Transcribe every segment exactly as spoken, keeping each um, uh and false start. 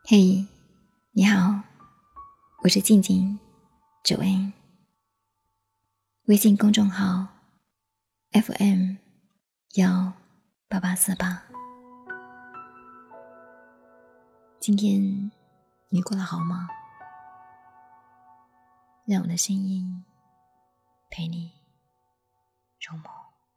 嘿、hey, 你好，我是静静九恩，微信公众号 F M 一八八四八。今天你过得好吗？让我的声音陪你入梦。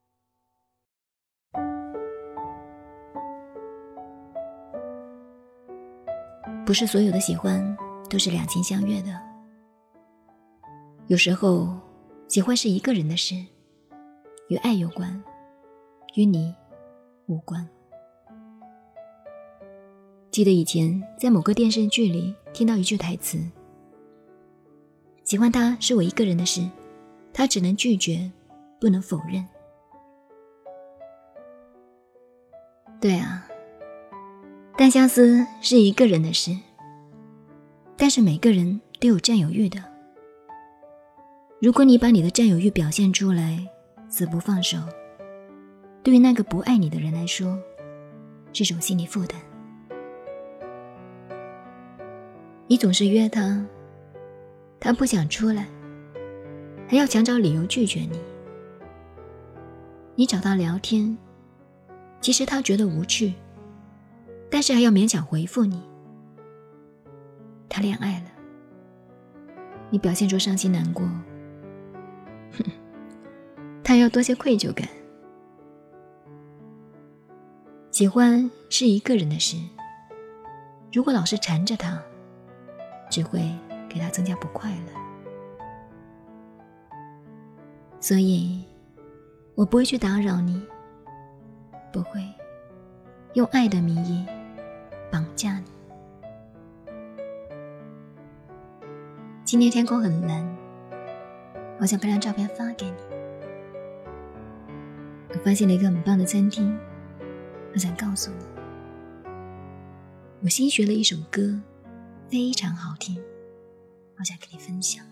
不是所有的喜欢都是两情相悦的，有时候喜欢是一个人的事，与爱有关，与你无关。记得以前在某个电视剧里听到一句台词，喜欢他是我一个人的事，他只能拒绝，不能否认。对啊，但相思是一个人的事，但是每个人都有占有欲的。如果你把你的占有欲表现出来，死不放手，对于那个不爱你的人来说，是种心理负担。你总是约他，他不想出来，还要强找理由拒绝你。你找他聊天，其实他觉得无趣，但是还要勉强回复你。他恋爱了，你表现出伤心难过，哼，他要多些愧疚感。喜欢是一个人的事，如果老是缠着他，只会给他增加不快乐。所以我不会去打扰你，不会用爱的名义绑架你。今天天空很蓝，我想拍张照片发给你。我发现了一个很棒的餐厅，我想告诉你，我新学了一首歌，非常好听，我想跟你分享。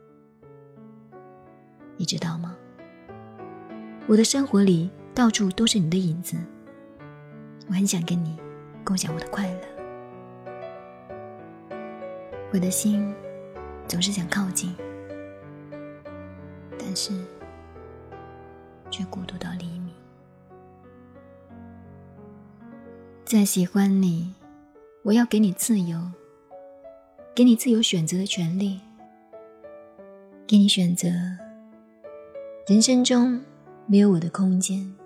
你知道吗？我的生活里到处都是你的影子，我很想跟你共享我的快乐。我的心总是想靠近，但是却孤独到黎明。在喜欢你，我要给你自由，给你自由选择的权利，给你选择人生中没有我的空间。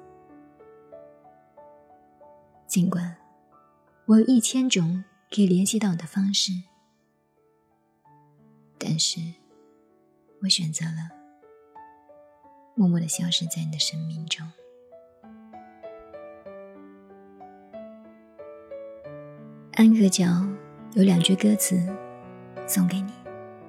尽管我有一千种可以联系到你的方式，但是我选择了默默地消失在你的生命中。安河桥有两句歌词送给你。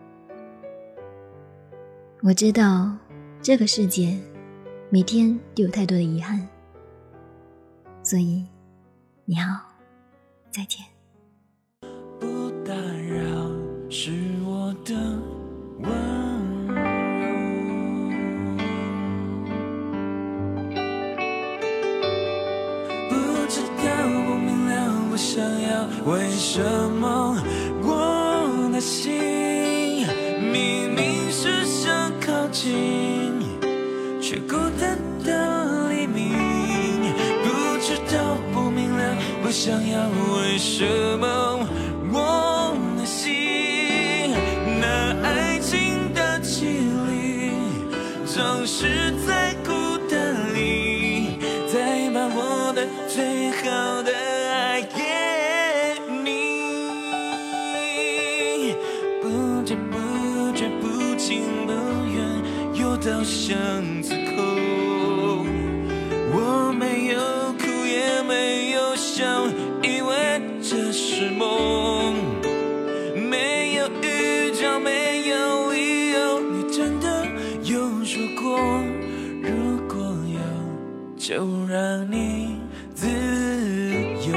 我知道这个世界每天都有太多的遗憾，所以你好，再见。 不打扰是我的温柔，不知道不明了不想要，为什么我的心明明是想靠近，却孤单的黎明。不知道不明了不想要，为什么我的心那爱情的绮丽，总是在孤单里，再把我的最好的爱给你。不知不觉不近不远，又到巷子口，我没有哭也没有笑，以为这是梦，没有预兆没有理由，你真的有说过，如果有就让你自由。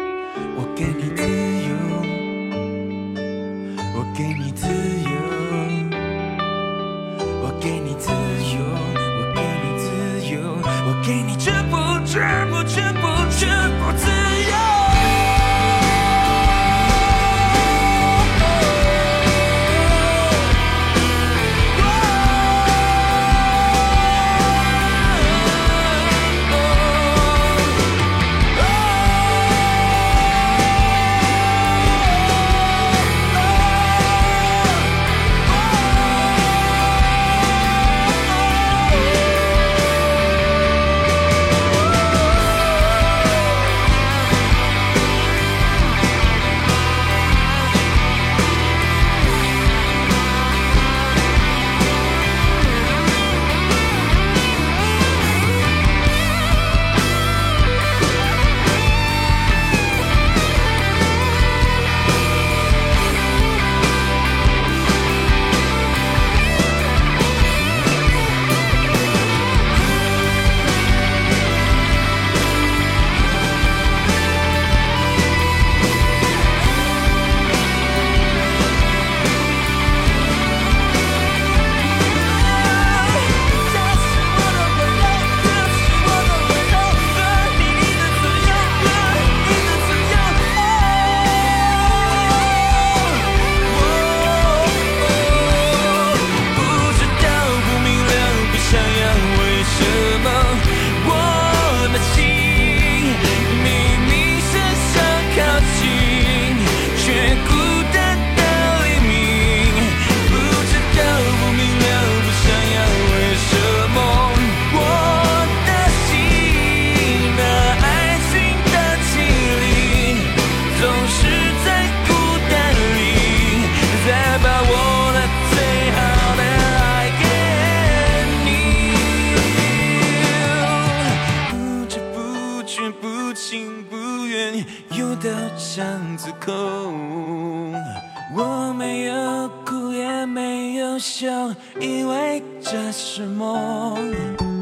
我给你自由，我给你自由， 此刻，我没有哭也没有笑，因为这是梦。